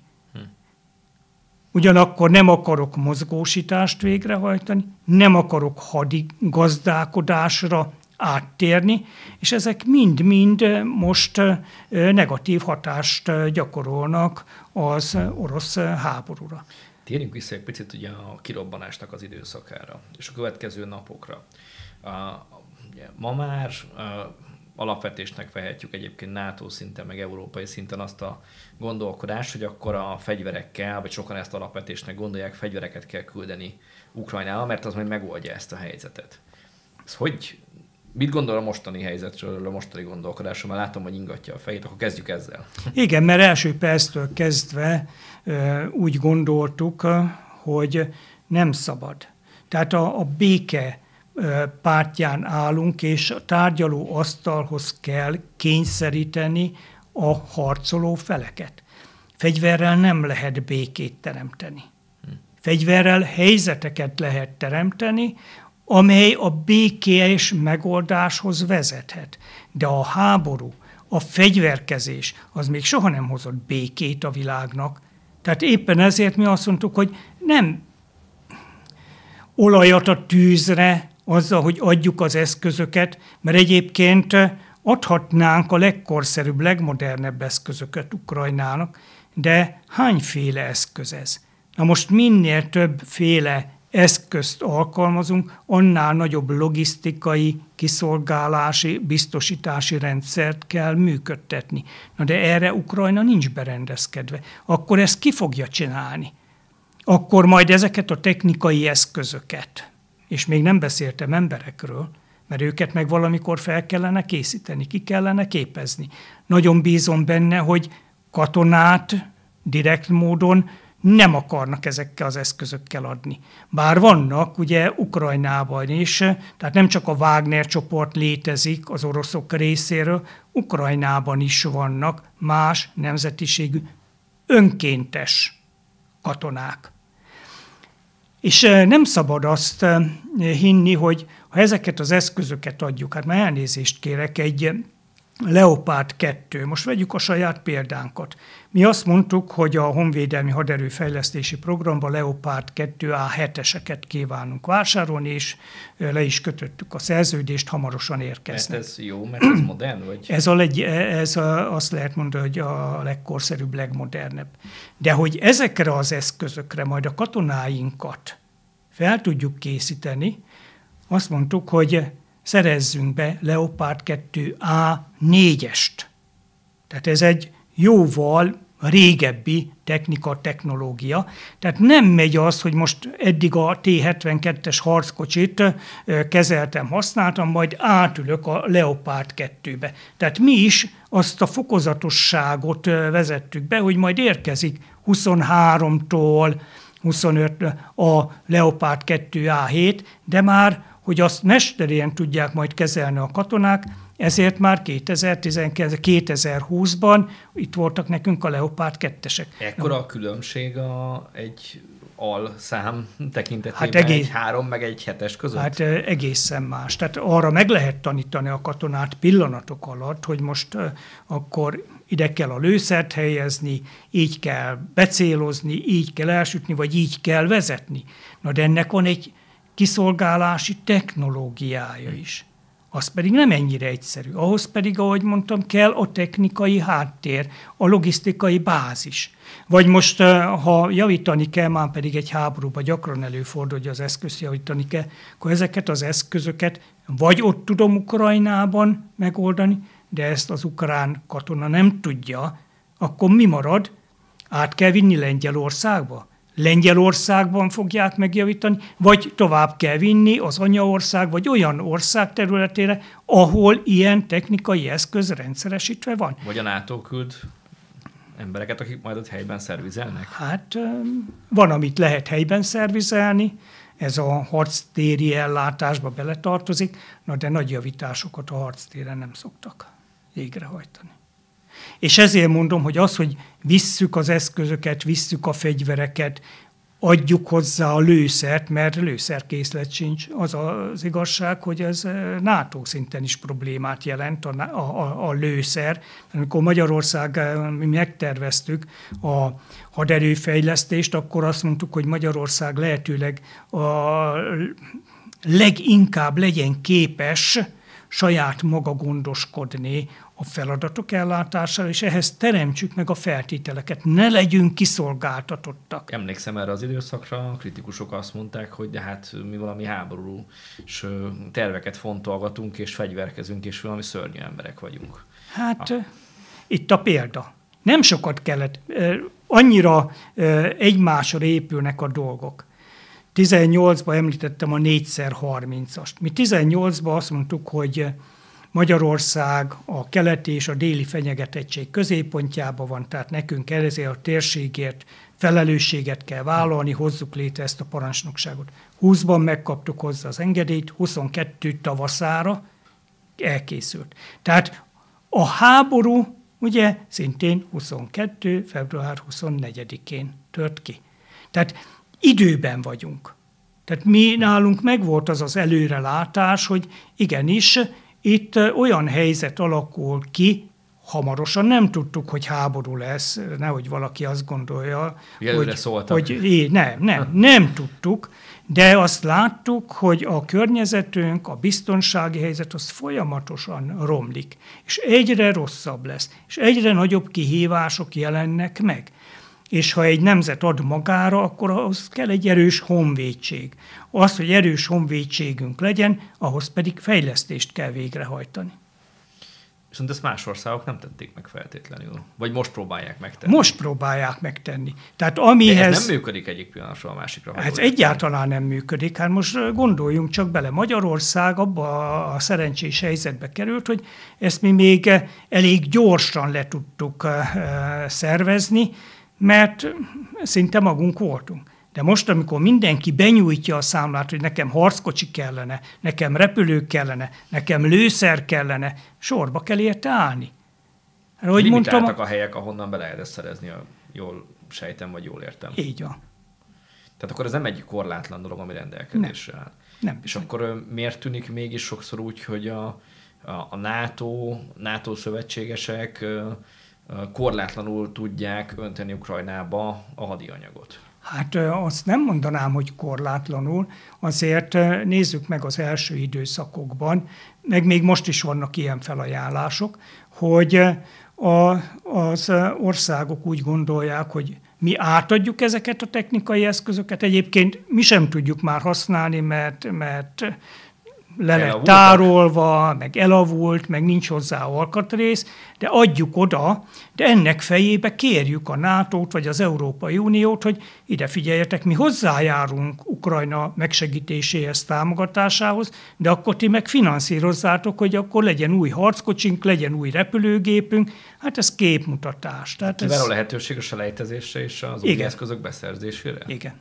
Ugyanakkor nem akarok mozgósítást végrehajtani, nem akarok hadigazdálkodásra áttérni, és ezek mind-mind most negatív hatást gyakorolnak az orosz háborúra. Térjünk vissza egy picit ugye a kirobbanásnak az időszakára, és a következő napokra. Ugye, ma már alapvetésnek vehetjük egyébként NATO szinten, meg európai szinten azt a gondolkodást, hogy akkor a fegyverekkel, vagy sokan ezt alapvetésnek gondolják, fegyvereket kell küldeni Ukrajnába, mert az majd megoldja ezt a helyzetet. Ez hogy, mit gondol a mostani helyzetről, a mostani gondolkodásról? Már látom, hogy ingatja a fejét, akkor kezdjük ezzel. Igen, mert első perctől kezdve úgy gondoltuk, hogy nem szabad. Tehát a, a béke pártján állunk, és a tárgyaló asztalhoz kell kényszeríteni a harcoló feleket. Fegyverrel nem lehet békét teremteni. Fegyverrel helyzeteket lehet teremteni, amely a békés megoldáshoz vezethet. De a háború, a fegyverkezés, az még soha nem hozott békét a világnak. Tehát éppen ezért mi azt mondtuk, hogy nem olajat a tűzre, azzal, hogy adjuk az eszközöket, mert egyébként adhatnánk a legkorszerűbb, legmodernebb eszközöket Ukrajnának, de hányféle eszköz ez? Na most minél többféle eszközt alkalmazunk, annál nagyobb logisztikai, kiszolgálási, biztosítási rendszert kell működtetni. Na de erre Ukrajna nincs berendezkedve. Akkor ezt ki fogja csinálni? Akkor majd ezeket a technikai eszközöket, és még nem beszéltem emberekről, mert őket meg valamikor fel kellene készíteni, ki kellene képezni. Nagyon bízom benne, hogy katonát direkt módon nem akarnak ezekkel az eszközökkel adni. Bár vannak ugye Ukrajnában is, tehát nem csak a Wagner csoport létezik az oroszok részéről, Ukrajnában is vannak más nemzetiségű önkéntes katonák. És nem szabad azt hinni, hogy ha ezeket az eszközöket adjuk, hát már elnézést kérek, egy Leopard kettő, most vegyük a saját példánkat. Mi azt mondtuk, hogy a Honvédelmi Haderőfejlesztési Programban Leopard kettő á heteseket kívánunk vásárolni, és le is kötöttük a szerződést, hamarosan érkeznek. Mert ez jó, mert ez modern? Vagy? Ez, a legy, ez a, azt lehet mondani, hogy a legkorszerűbb, legmodernebb. De hogy ezekre az eszközökre majd a katonáinkat fel tudjuk készíteni, azt mondtuk, hogy szerezzünk be Leopard kettő á négyest. Tehát ez egy jóval régebbi technika, technológia. Tehát nem megy az, hogy most eddig a té hetvenkettes harckocsit kezeltem, használtam, majd átülök a Leopard kettőbe. Tehát mi is azt a fokozatosságot vezettük be, hogy majd érkezik huszonháromtól huszonöt a Leopard kettő á hét, de már, hogy azt mesterien tudják majd kezelni a katonák, ezért már kétezer-húszban itt voltak nekünk a Leopard kettesek. Ekkora a különbség a, egy alszám tekintetében, hát egész, egy három meg egy hetes között? Hát egészen más. Tehát arra meg lehet tanítani a katonát pillanatok alatt, hogy most akkor ide kell a lőszert helyezni, így kell becélozni, így kell elsütni, vagy így kell vezetni. Na de ennek van egy kiszolgálási technológiája is. Az pedig nem ennyire egyszerű. Ahhoz pedig, ahogy mondtam, kell a technikai háttér, a logisztikai bázis. Vagy most, ha javítani kell, már pedig egy háborúban gyakran előfordul, hogy az eszközt javítani kell, akkor ezeket az eszközöket vagy ott tudom Ukrajnában megoldani, de ezt az ukrán katona nem tudja, akkor mi marad? Át kell vinni Lengyelországba? Lengyelországban fogják megjavítani, vagy tovább kell vinni az anyaország, vagy olyan ország területére, ahol ilyen technikai eszköz rendszeresítve van. Vagy a NATO küld embereket, akik majd ott helyben szervizelnek? Hát van, amit lehet helyben szervizelni, ez a harctéri ellátásba beletartozik, na de nagy javításokat a harctéren nem szoktak végrehajtani. És ezért mondom, hogy az, hogy visszük az eszközöket, visszük a fegyvereket, adjuk hozzá a lőszert, mert lőszerkészlet sincs. Az az igazság, hogy ez NATO szinten is problémát jelent a, a, a lőszer. Amikor Magyarország, mi megterveztük a haderőfejlesztést, akkor azt mondtuk, hogy Magyarország lehetőleg a leginkább legyen képes saját maga gondoskodni a feladatok ellátására, és ehhez teremtsük meg a feltételeket. Ne legyünk kiszolgáltatottak. Emlékszem erre az időszakra, kritikusok azt mondták, hogy de hát mi valami háborús terveket fontolgatunk, és fegyverkezünk, és valami szörnyű emberek vagyunk. Hát ah. itt a példa. Nem sokat kellett, annyira egymásra épülnek a dolgok. tizennyolcban említettem a négyszer harmincast. Mi tizennyolcban azt mondtuk, hogy Magyarország a keleti és a déli fenyegetettség középpontjában van, tehát nekünk ezért a térségért felelősséget kell vállalni, hozzuk létre ezt a parancsnokságot. húszban megkaptuk hozzá az engedélyt, huszonkettő tavaszára elkészült. Tehát a háború ugye szintén huszonkettő február huszonnegyedikén tört ki. Tehát időben vagyunk. Tehát mi nálunk megvolt az az előrelátás, hogy igenis, itt olyan helyzet alakul ki, hamarosan nem tudtuk, hogy háború lesz, nehogy valaki azt gondolja, Jelőre hogy, hogy nem, nem, nem tudtuk, de azt láttuk, hogy a környezetünk, a biztonsági helyzet az folyamatosan romlik, és egyre rosszabb lesz, és egyre nagyobb kihívások jelennek meg. És ha egy nemzet ad magára, akkor ahhoz kell egy erős honvédség. Az, hogy erős honvédségünk legyen, ahhoz pedig fejlesztést kell végrehajtani. Viszont ezt más országok nem tették meg feltétlenül. Vagy most próbálják megtenni. Most próbálják megtenni. Tehát amihez... De ez nem működik egyik pillanatról a másikra. Ez egyáltalán nem működik. Hát most gondoljunk csak bele. Magyarország abba a szerencsés helyzetbe került, hogy ezt mi még elég gyorsan le tudtuk szervezni, mert szinte magunk voltunk. De most, amikor mindenki benyújtja a számlát, hogy nekem harckocsi kellene, nekem repülő kellene, nekem lőszer kellene, sorba kell érte állni. Hogy limitáltak mondtam, a helyek, ahonnan be lehet ezt szerezni, jól sejtem, vagy jól értem. Így van. Tehát akkor ez nem egy korlátlan dolog, ami rendelkezésre áll. Nem. És akkor miért tűnik mégis sokszor úgy, hogy a, a, a NATO, NATO szövetségesek korlátlanul tudják önteni Ukrajnába a hadianyagot? Hát azt nem mondanám, hogy korlátlanul, azért nézzük meg az első időszakokban, meg még most is vannak ilyen felajánlások, hogy a, az országok úgy gondolják, hogy mi átadjuk ezeket a technikai eszközöket, egyébként mi sem tudjuk már használni, mert, mert le lett tárolva, meg elavult, meg nincs hozzá alkatrész, de adjuk oda, de ennek fejébe kérjük a nátót, vagy az Európai Uniót, hogy ide figyeljetek, mi hozzájárunk Ukrajna megsegítéséhez, támogatásához, de akkor ti meg finanszírozzátok, hogy akkor legyen új harckocsink, legyen új repülőgépünk, hát ez képmutatás. Tehát kiváló ez... lehetőség a selejtezésre és az új eszközök beszerzésére? Igen.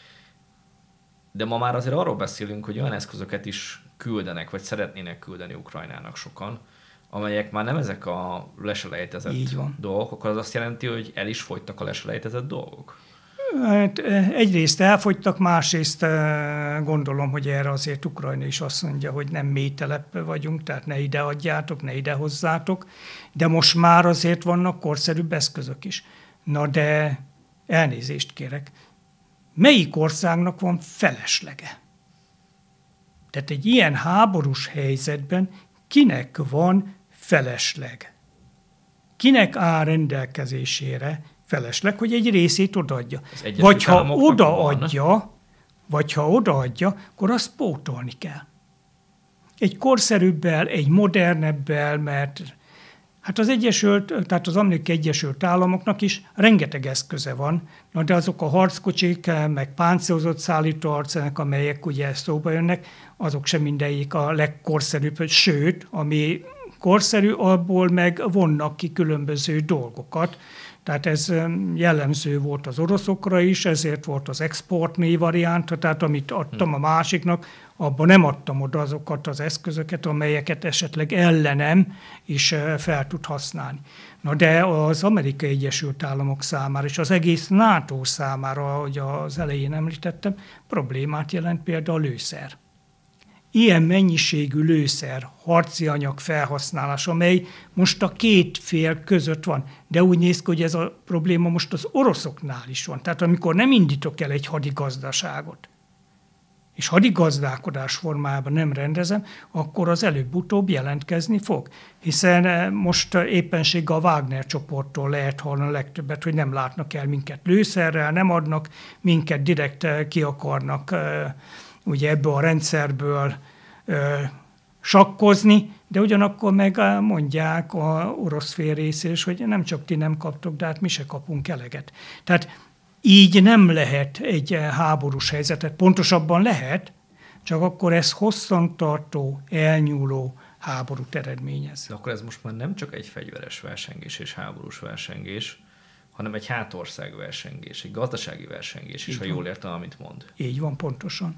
De ma már azért arról beszélünk, hogy olyan eszközöket is küldenek, vagy szeretnének küldeni Ukrajnának sokan, amelyek már nem ezek a leselejtezett dolgok, akkor az azt jelenti, hogy el is fogytak a leselejtezett dolgok? Hát egyrészt elfogytak, másrészt gondolom, hogy erre azért Ukrajna is azt mondja, hogy nem mély telepe vagyunk, tehát ne ide adjátok, ne ide hozzátok, de most már azért vannak korszerűbb eszközök is. Na de elnézést kérek, melyik országnak van feleslega? Tehát egy ilyen háborús helyzetben kinek van felesleg? Kinek áll rendelkezésére felesleg, hogy egy részét odaadja? Vagy ha odaadja, vagy ha odaadja, akkor azt pótolni kell. Egy korszerűbbel, egy modernebbel, mert hát az Egyesült, tehát az Amerikai Egyesült Államoknak is rengeteg eszköze van, na de azok a harckocsik, meg páncélozott szállítóarcenek, amelyek ugye szóba jönnek, azok sem mindegyik a legkorszerűbb, sőt, ami korszerű, abból meg vonnak ki különböző dolgokat. Tehát ez jellemző volt az oroszokra is, ezért volt az exportmély variánt, tehát amit adtam a másiknak, abban nem adtam oda azokat az eszközöket, amelyeket esetleg ellenem is fel tud használni. Na de az Amerikai Egyesült Államok számára és az egész NATO számára, ahogy az elején említettem, problémát jelent például a lőszer. Ilyen mennyiségű lőszer, harci anyag felhasználás, amely most a két fél között van, de úgy néz ki, hogy ez a probléma most az oroszoknál is van. Tehát amikor nem indítok el egy hadigazdaságot, és hadigazdálkodás formájában nem rendezem, akkor az előbb-utóbb jelentkezni fog. Hiszen most éppenséggel a Wagner csoporttól lehet hallani a legtöbbet, hogy nem látnak el minket lőszerrel, nem adnak minket, direkt ki akarnak ugye ebből a rendszerből ö, sakkozni, de ugyanakkor meg mondják a orosz fél részéről, hogy nem csak ti nem kaptok, de hát mi se kapunk eleget. Tehát így nem lehet egy háborús helyzetet, pontosabban lehet, csak akkor ez hosszantartó, elnyúló háborút eredményez. De akkor ez most már nem csak egy fegyveres versengés és háborús versengés, hanem egy hátország versengés, egy gazdasági versengés is, ha jól értem, amit mond. Így van, pontosan.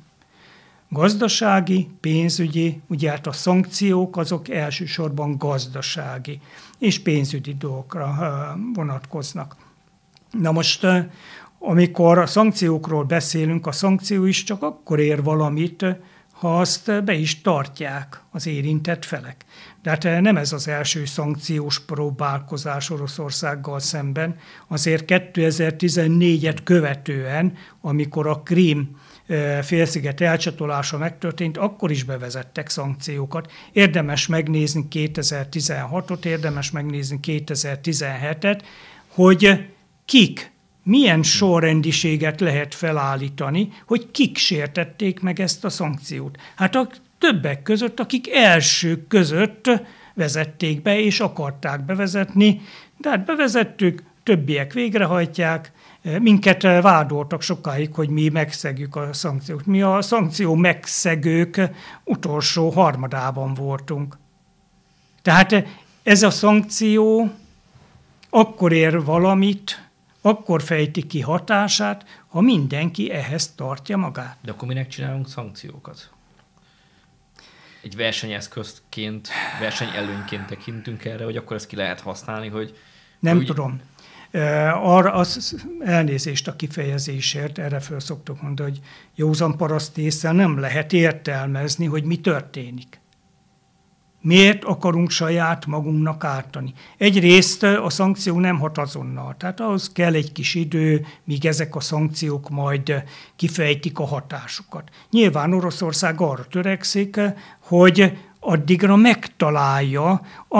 Gazdasági, pénzügyi, ugye hát a szankciók azok elsősorban gazdasági és pénzügyi dolgokra vonatkoznak. Na most, amikor a szankciókról beszélünk, a szankció is csak akkor ér valamit, ha azt be is tartják az érintett felek. De hát nem ez az első szankciós próbálkozás Oroszországgal szemben. Azért kétezer-tizennégyet követően, amikor a Krím félsziget elcsatolása megtörtént, akkor is bevezettek szankciókat. Érdemes megnézni kétezer-tizenhatot, érdemes megnézni kétezer-tizenhetet, hogy kik, milyen sorrendiséget lehet felállítani, hogy kik sértették meg ezt a szankciót. Hát a többek között, akik elsők között vezették be, és akarták bevezetni, de hát bevezettük, többiek végrehajtják, minket vádoltak sokáig, hogy mi megszegjük a szankciót. Mi a szankció megszegők utolsó harmadában voltunk. Tehát ez a szankció akkor ér valamit, akkor fejti ki hatását, ha mindenki ehhez tartja magát. De akkor minek csinálunk szankciókat? Egy versenyeszközként, versenyelőnyként tekintünk erre, hogy akkor ezt ki lehet használni, hogy... Nem hogy... tudom. Arra az elnézést a kifejezésért, erre föl szoktuk mondani, hogy józan paraszt ésszel nem lehet értelmezni, hogy mi történik. Miért akarunk saját magunknak ártani? Egyrészt a szankció nem hat azonnal, tehát ahhoz kell egy kis idő, míg ezek a szankciók majd kifejtik a hatásukat. Nyilván Oroszország arra törekszik, hogy addigra megtalálja a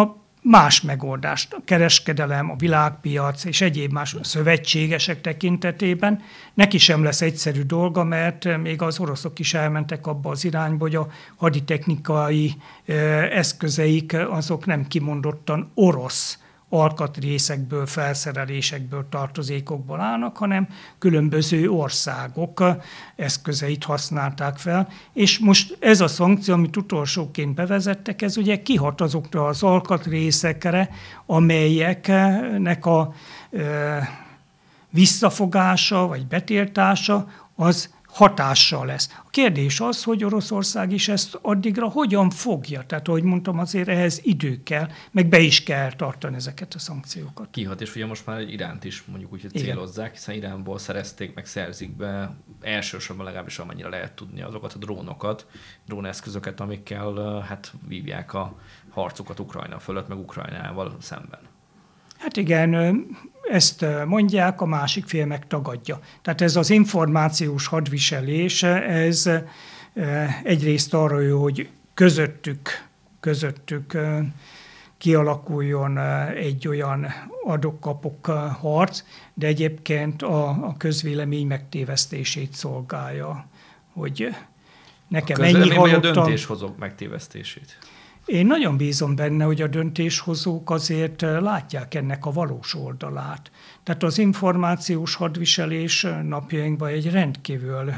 más megoldást, a kereskedelem, a világpiac és egyéb más szövetségesek tekintetében. Neki sem lesz egyszerű dolga, mert még az oroszok is elmentek abba az irányba, hogy a haditechnikai eszközeik azok nem kimondottan orosz alkatrészekből, felszerelésekből, tartozékokból állnak, hanem különböző országok eszközeit használták fel. És most ez a szankció, amit utolsóként bevezettek, ez ugye kihat azokra az alkatrészekre, amelyeknek a e, visszafogása vagy betiltása az hatással lesz. A kérdés az, hogy Oroszország is ezt addigra hogyan fogja. Tehát, ahogy mondtam, azért ehhez idő kell, meg be is kell tartani ezeket a szankciókat. Kihat, és ugye most már egy Iránt is mondjuk úgy, hogy célozzák, hiszen Iránból szerezték, meg szerzik be elsősorban legalábbis amennyire lehet tudni azokat a drónokat, dróneszközöket, amikkel hát vívják a harcukat Ukrajna fölött, meg Ukrajnával szemben. Hát igen, ezt mondják, a másik fél meg tagadja. Tehát ez az információs hadviselés, ez egyrészt arra jó, hogy közöttük, közöttük kialakuljon egy olyan adok-kapok harc, de egyébként a, a közvélemény megtévesztését szolgálja, hogy nekem a ennyi halottam. A döntéshozók megtévesztését. Én nagyon bízom benne, hogy a döntéshozók azért látják ennek a valós oldalát. Tehát az információs hadviselés napjainkban egy rendkívül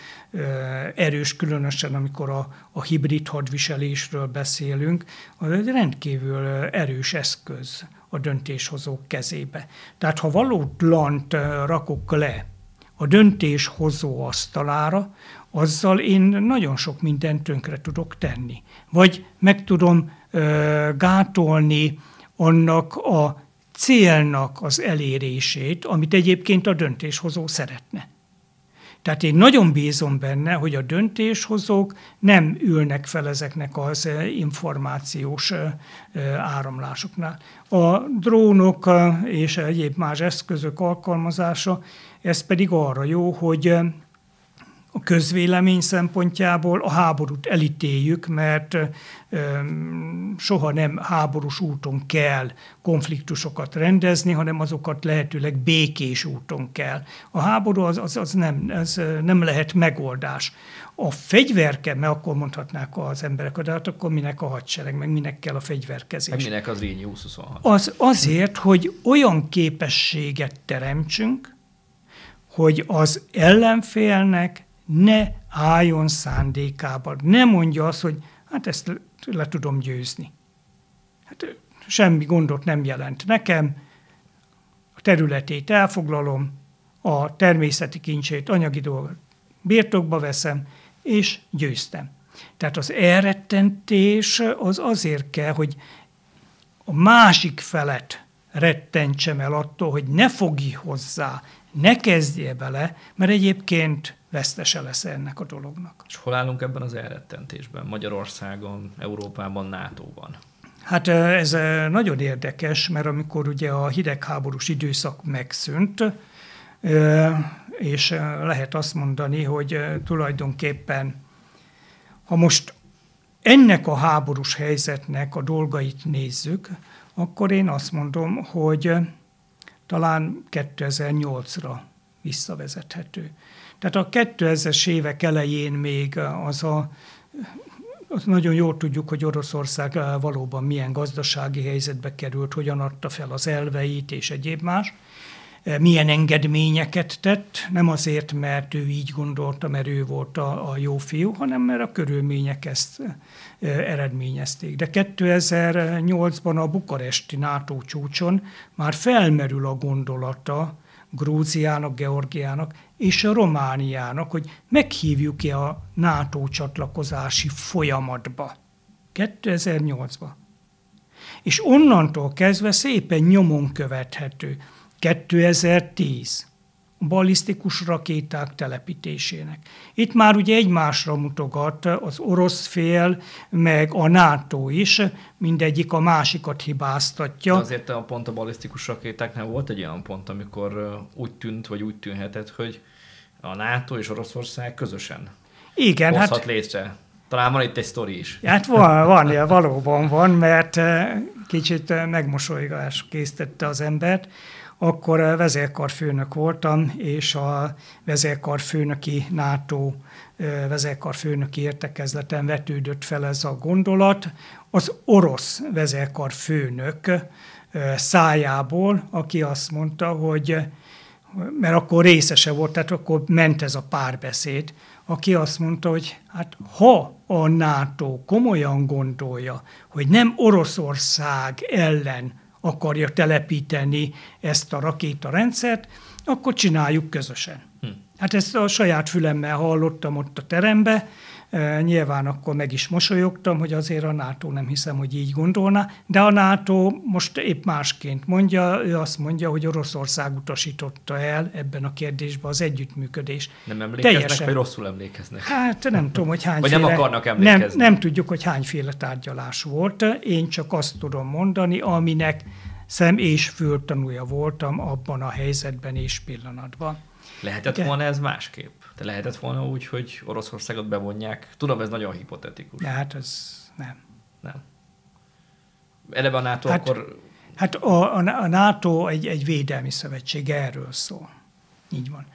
erős, különösen amikor a, a hibrid hadviselésről beszélünk, az egy rendkívül erős eszköz a döntéshozók kezébe. Tehát ha valótlant rakok le a döntéshozó asztalára, azzal én nagyon sok mindent tönkre tudok tenni. Vagy meg tudom ö, gátolni annak a célnak az elérését, amit egyébként a döntéshozó szeretne. Tehát én nagyon bízom benne, hogy a döntéshozók nem ülnek fel ezeknek az információs áramlásoknál. A drónok és egyéb más eszközök alkalmazása, ez pedig arra jó, hogy a közvélemény szempontjából a háborút elítéljük, mert ö, soha nem háborús úton kell konfliktusokat rendezni, hanem azokat lehetőleg békés úton kell. A háború az, az, az nem, ez nem lehet megoldás. A fegyverke, mert akkor mondhatnák az emberek, de hát akkor minek a hadsereg, meg minek kell a fegyverkezés. Meg minek az Rényi húsz-huszonhat. Az azért, hogy olyan képességet teremtsünk, hogy az ellenfélnek ne álljon szándékában. Ne mondja azt, hogy hát ezt le, le tudom győzni. Hát semmi gondot nem jelent nekem, a területét elfoglalom, a természeti kincsét, anyagi dolgot birtokba veszem, és győztem. Tehát az elrettentés az azért kell, hogy a másik felet rettentsem el attól, hogy ne fogj hozzá, ne kezdje bele, mert egyébként vesztese lesz ennek a dolognak. És hol állunk ebben az elrettentésben? Magyarországon, Európában, nátóban? Hát ez nagyon érdekes, mert amikor ugye a hidegháborús időszak megszűnt, és lehet azt mondani, hogy tulajdonképpen, ha most ennek a háborús helyzetnek a dolgait nézzük, akkor én azt mondom, hogy talán kétezer-nyolcra visszavezethető. Tehát a kétezres évek elején még az a, az nagyon jól tudjuk, hogy Oroszország valóban milyen gazdasági helyzetbe került, hogyan adta fel az elveit és egyéb más, milyen engedményeket tett, nem azért, mert ő így gondolta, mert ő volt a, a jó fiú, hanem mert a körülmények ezt eredményezték. De kétezer-nyolcban a bukaresti NATO csúcson már felmerül a gondolata Grúziának, Georgiának és a Romániának, hogy meghívjuk-e a NATO csatlakozási folyamatba. kétezer-nyolcban. És onnantól kezdve szépen nyomon követhető. kétezer-tíz. A ballisztikus rakéták telepítésének. Itt már ugye egymásra mutogat az orosz fél, meg a NATO is, mindegyik a másikat hibáztatja. De azért a pont a ballisztikus rakétáknál volt egy olyan pont, amikor úgy tűnt, vagy úgy tűnhetett, hogy a NATO és Oroszország közösen Igen, hozhat hát, létre. Talán van itt egy sztori is. Hát van, van, valóban van, mert kicsit megmosolygás késztette az embert. Akkor vezérkarfőnök voltam, és a vezérkarfőnöki NATO vezérkarfőnöki értekezleten vetődött fel ez a gondolat. Az orosz vezérkarfőnök szájából, aki azt mondta, hogy, mert akkor részese volt, tehát akkor ment ez a párbeszéd, aki azt mondta, hogy hát ha a NATO komolyan gondolja, hogy nem Oroszország ellen akarja telepíteni ezt a rakétarendszert, akkor csináljuk közösen. Hm. Hát ezt a saját fülemmel hallottam ott a terembe, e, nyilván akkor meg is mosolyogtam, hogy azért a NATO nem hiszem, hogy így gondolná, de a NATO most épp másként mondja, ő azt mondja, hogy Oroszország utasította el ebben a kérdésben az együttműködést. Nem emlékeznek, teljesen, vagy rosszul emlékeznek? Hát nem tudom, hogy hányféle... Vagy nem akarnak emlékezni. Nem, nem tudjuk, hogy hányféle tárgyalás volt. Én csak azt tudom mondani, aminek szem- és fültanúja voltam abban a helyzetben és pillanatban. Lehetett volna ez másképp? De lehetett volna úgy, hogy Oroszországot bevonják? Tudom, ez nagyon hipotetikus. De hát ez nem. Nem. Eleve a NATO hát, akkor... Hát a, a NATO egy, egy védelmi szövetség, erről szól. Így van.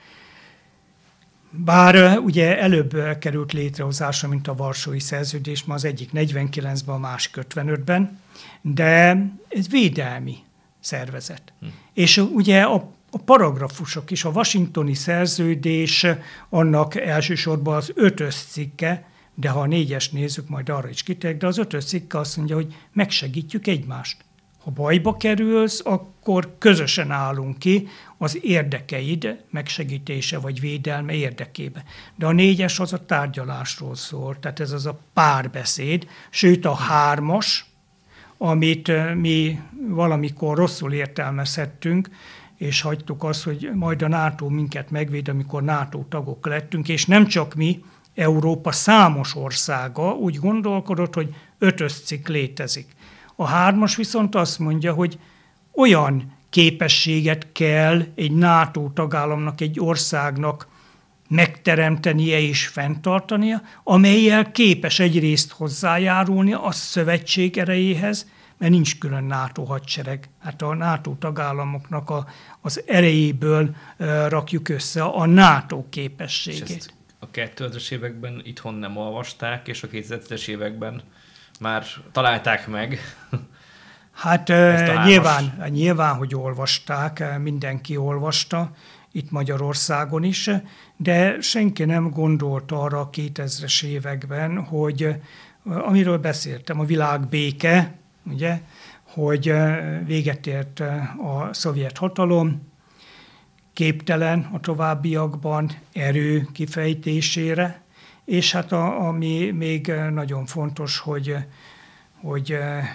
Bár ugye előbb került létrehozásra, mint a Varsói Szerződés, ma az egyik negyvenkilencben, a másik ötvenötben, de ez védelmi szervezet. Hm. És ugye a A paragrafusok is, a washingtoni szerződés, annak elsősorban az ötös cikke, de ha a négyes nézzük, majd arra is kitérek, de az ötös cikke azt mondja, hogy megsegítjük egymást. Ha bajba kerülsz, akkor közösen állunk ki az érdekeid megsegítése vagy védelme érdekébe. De a négyes az a tárgyalásról szól, tehát ez az a párbeszéd, sőt a hármas, amit mi valamikor rosszul értelmezhettünk, és hagytuk azt, hogy majd a NATO minket megvéd, amikor NATO tagok lettünk, és nem csak mi, Európa számos országa úgy gondolkodott, hogy ötös cikk létezik. A hármas viszont azt mondja, hogy olyan képességet kell egy NATO tagállamnak, egy országnak megteremtenie és fenntartania, amellyel képes egyrészt hozzájárulni a szövetség erejéhez, mert nincs külön NATO hadsereg. Hát a NATO tagállamoknak a, az erejéből uh, rakjuk össze a NATO képességét. És ezt a kétezres években itthon nem olvasták, és a kétezres években már találták meg. Hát uh, nyilván, nyilván, hogy olvasták, mindenki olvasta, itt Magyarországon is, de senki nem gondolt arra a kétezres években, hogy amiről beszéltem, a világbéke, ugye, hogy véget ért a szovjet hatalom, képtelen a továbbiakban erő kifejtésére, és hát a, ami még nagyon fontos, hogy, hogy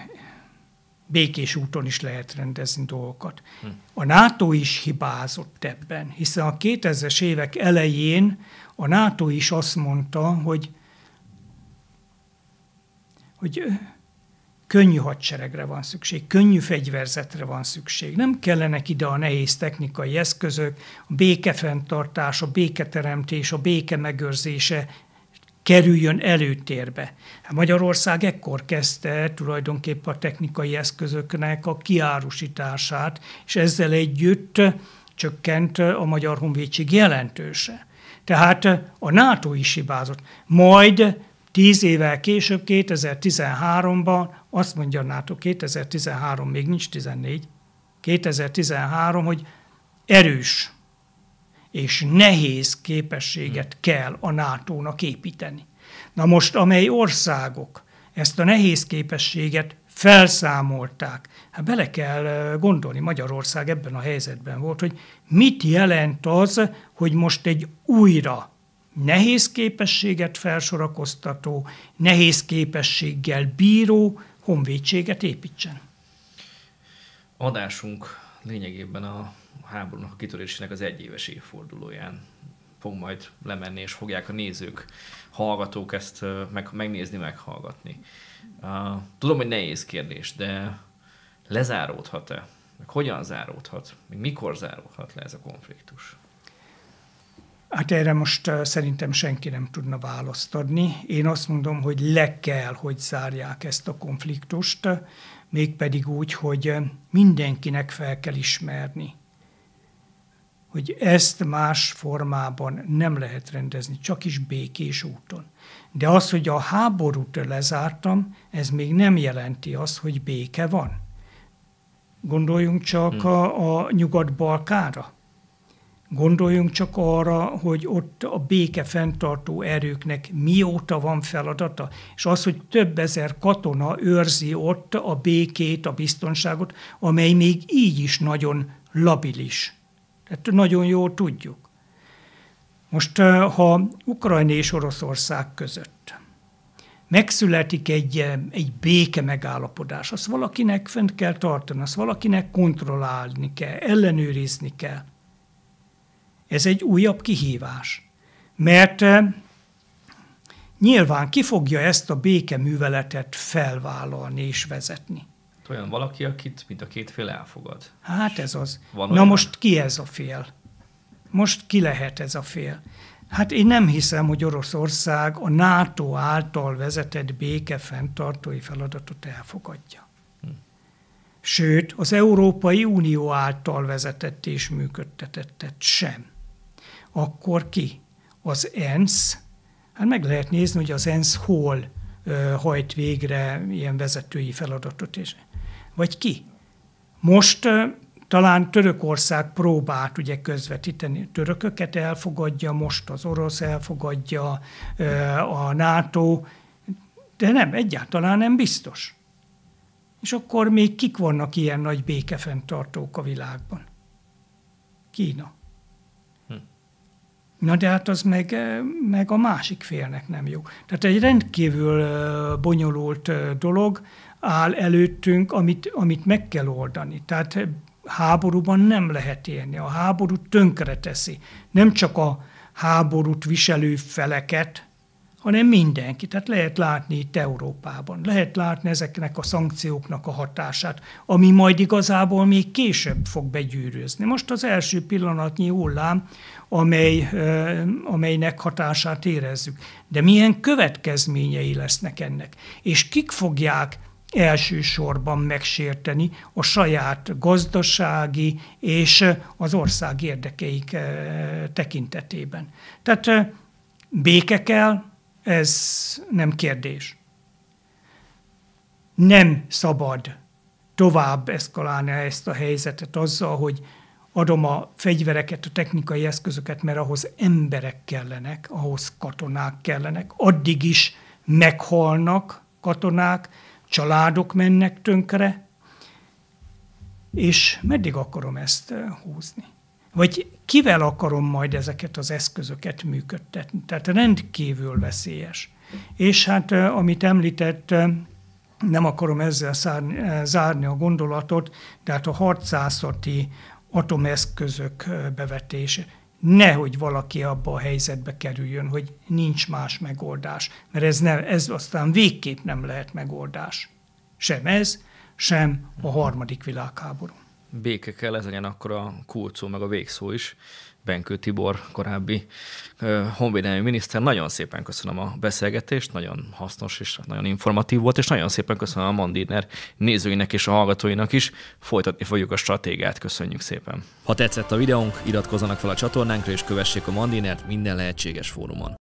békés úton is lehet rendezni dolgokat. Hm. A NATO is hibázott ebben, hiszen a kétezres évek elején a NATO is azt mondta, hogy, hogy könnyű hadseregre van szükség, könnyű fegyverzetre van szükség. Nem kellenek ide a nehéz technikai eszközök, a békefenntartás, a béketeremtés, a béke megőrzése kerüljön előtérbe. Magyarország ekkor kezdte tulajdonképpen a technikai eszközöknek a kiárusítását, és ezzel együtt csökkent a Magyar Honvédség jelentősen. Tehát a NATO is hibázott. Majd tíz évvel később, kétezer-tizenháromban azt mondja a NATO, kétezer-tizenhárom, még nincs tizennégy, kétezer-tizenhárom, hogy erős és nehéz képességet kell a nátónak építeni. Na most, amely országok ezt a nehéz képességet felszámolták, hát bele kell gondolni, Magyarország ebben a helyzetben volt, hogy mit jelent az, hogy most egy újra nehéz képességet felsorakoztató, nehéz képességgel bíró honvédséget építsen. Adásunk lényegében a háborúnak a kitörésének az egyéves évfordulóján fog majd lemenni, és fogják a nézők, hallgatók ezt meg, megnézni, meghallgatni. Tudom, hogy nehéz kérdés, de lezáródhat-e? Meg hogyan záródhat? Még mikor záródhat le ez a konfliktus? Hát erre most szerintem senki nem tudna választ adni. Én azt mondom, hogy le kell, hogy zárják ezt a konfliktust, mégpedig úgy, hogy mindenkinek fel kell ismerni, hogy ezt más formában nem lehet rendezni, csak is békés úton. De az, hogy a háborút lezártam, ez még nem jelenti azt, hogy béke van. Gondoljunk csak hmm. a, a Nyugat-Balkánra. Gondoljunk csak arra, hogy ott a béke fenntartó erőknek mióta van feladata, és az, hogy több ezer katona őrzi ott a békét, a biztonságot, amely még így is nagyon labilis. Tehát nagyon jól tudjuk. Most, ha Ukrajna és Oroszország között megszületik egy, egy béke megállapodás, azt valakinek fent kell tartani, azt valakinek kontrollálni kell, ellenőrizni kell. Ez egy újabb kihívás, mert nyilván ki fogja ezt a békeműveletet felvállalni és vezetni. Olyan valaki, akit mind a két fél elfogad. Hát ez az. Van Na olyan? Most ki ez a fél? Most ki lehet ez a fél? Hát én nem hiszem, hogy Oroszország a NATO által vezetett béke fenntartói feladatot elfogadja. Hm. Sőt, az Európai Unió által vezetett és működtetett sem. Akkor ki? Az ENSZ? Hát meg lehet nézni, hogy az ENSZ hol uh, hajt végre ilyen vezetői feladatot is. Vagy ki? Most uh, talán Törökország próbált ugye közvetíteni. Törököket elfogadja, most az orosz elfogadja, uh, a NATO, de nem, egyáltalán nem biztos. És akkor még kik vannak ilyen nagy békefenntartók a világban? Kína. Na de hát az meg, meg a másik félnek nem jó. Tehát egy rendkívül bonyolult dolog áll előttünk, amit, amit meg kell oldani. Tehát háborúban nem lehet élni. A háború tönkreteszi. Nem csak a háborút viselő feleket, hanem mindenki. Tehát lehet látni itt Európában. Lehet látni ezeknek a szankcióknak a hatását, ami majd igazából még később fog begyűrűzni. Most az első pillanatnyi hullám, amely, amelynek hatását érezzük. De milyen következményei lesznek ennek? És kik fogják elsősorban megsérteni a saját gazdasági és az ország érdekeik tekintetében? Tehát béke kell, ez nem kérdés. Nem szabad tovább eszkalálni ezt a helyzetet azzal, hogy adom a fegyvereket, a technikai eszközöket, mert ahhoz emberek kellenek, ahhoz katonák kellenek. Addig is meghalnak katonák, családok mennek tönkre, és meddig akarom ezt húzni? Vagy kivel akarom majd ezeket az eszközöket működtetni? Tehát rendkívül veszélyes. És hát, amit említett, nem akarom ezzel zárni a gondolatot, de hát a harcászati atomeszközök bevetése. Nehogy valaki abba a helyzetbe kerüljön, hogy nincs más megoldás, mert ez, ne, ez aztán végképp nem lehet megoldás. Sem ez, sem a harmadik világháború. Béke kell, ez legyen akkor a kulcsszó, meg a végszó is. Benkő Tibor, korábbi uh, honvédelmi miniszter. Nagyon szépen köszönöm a beszélgetést, nagyon hasznos és nagyon informatív volt, és nagyon szépen köszönöm a Mandiner nézőinek és a hallgatóinak is. Folytatni fogjuk a stratégiát. Köszönjük szépen. Ha tetszett a videónk, iratkozzanak fel a csatornánkra, és kövessék a Mandinert minden lehetséges fórumon.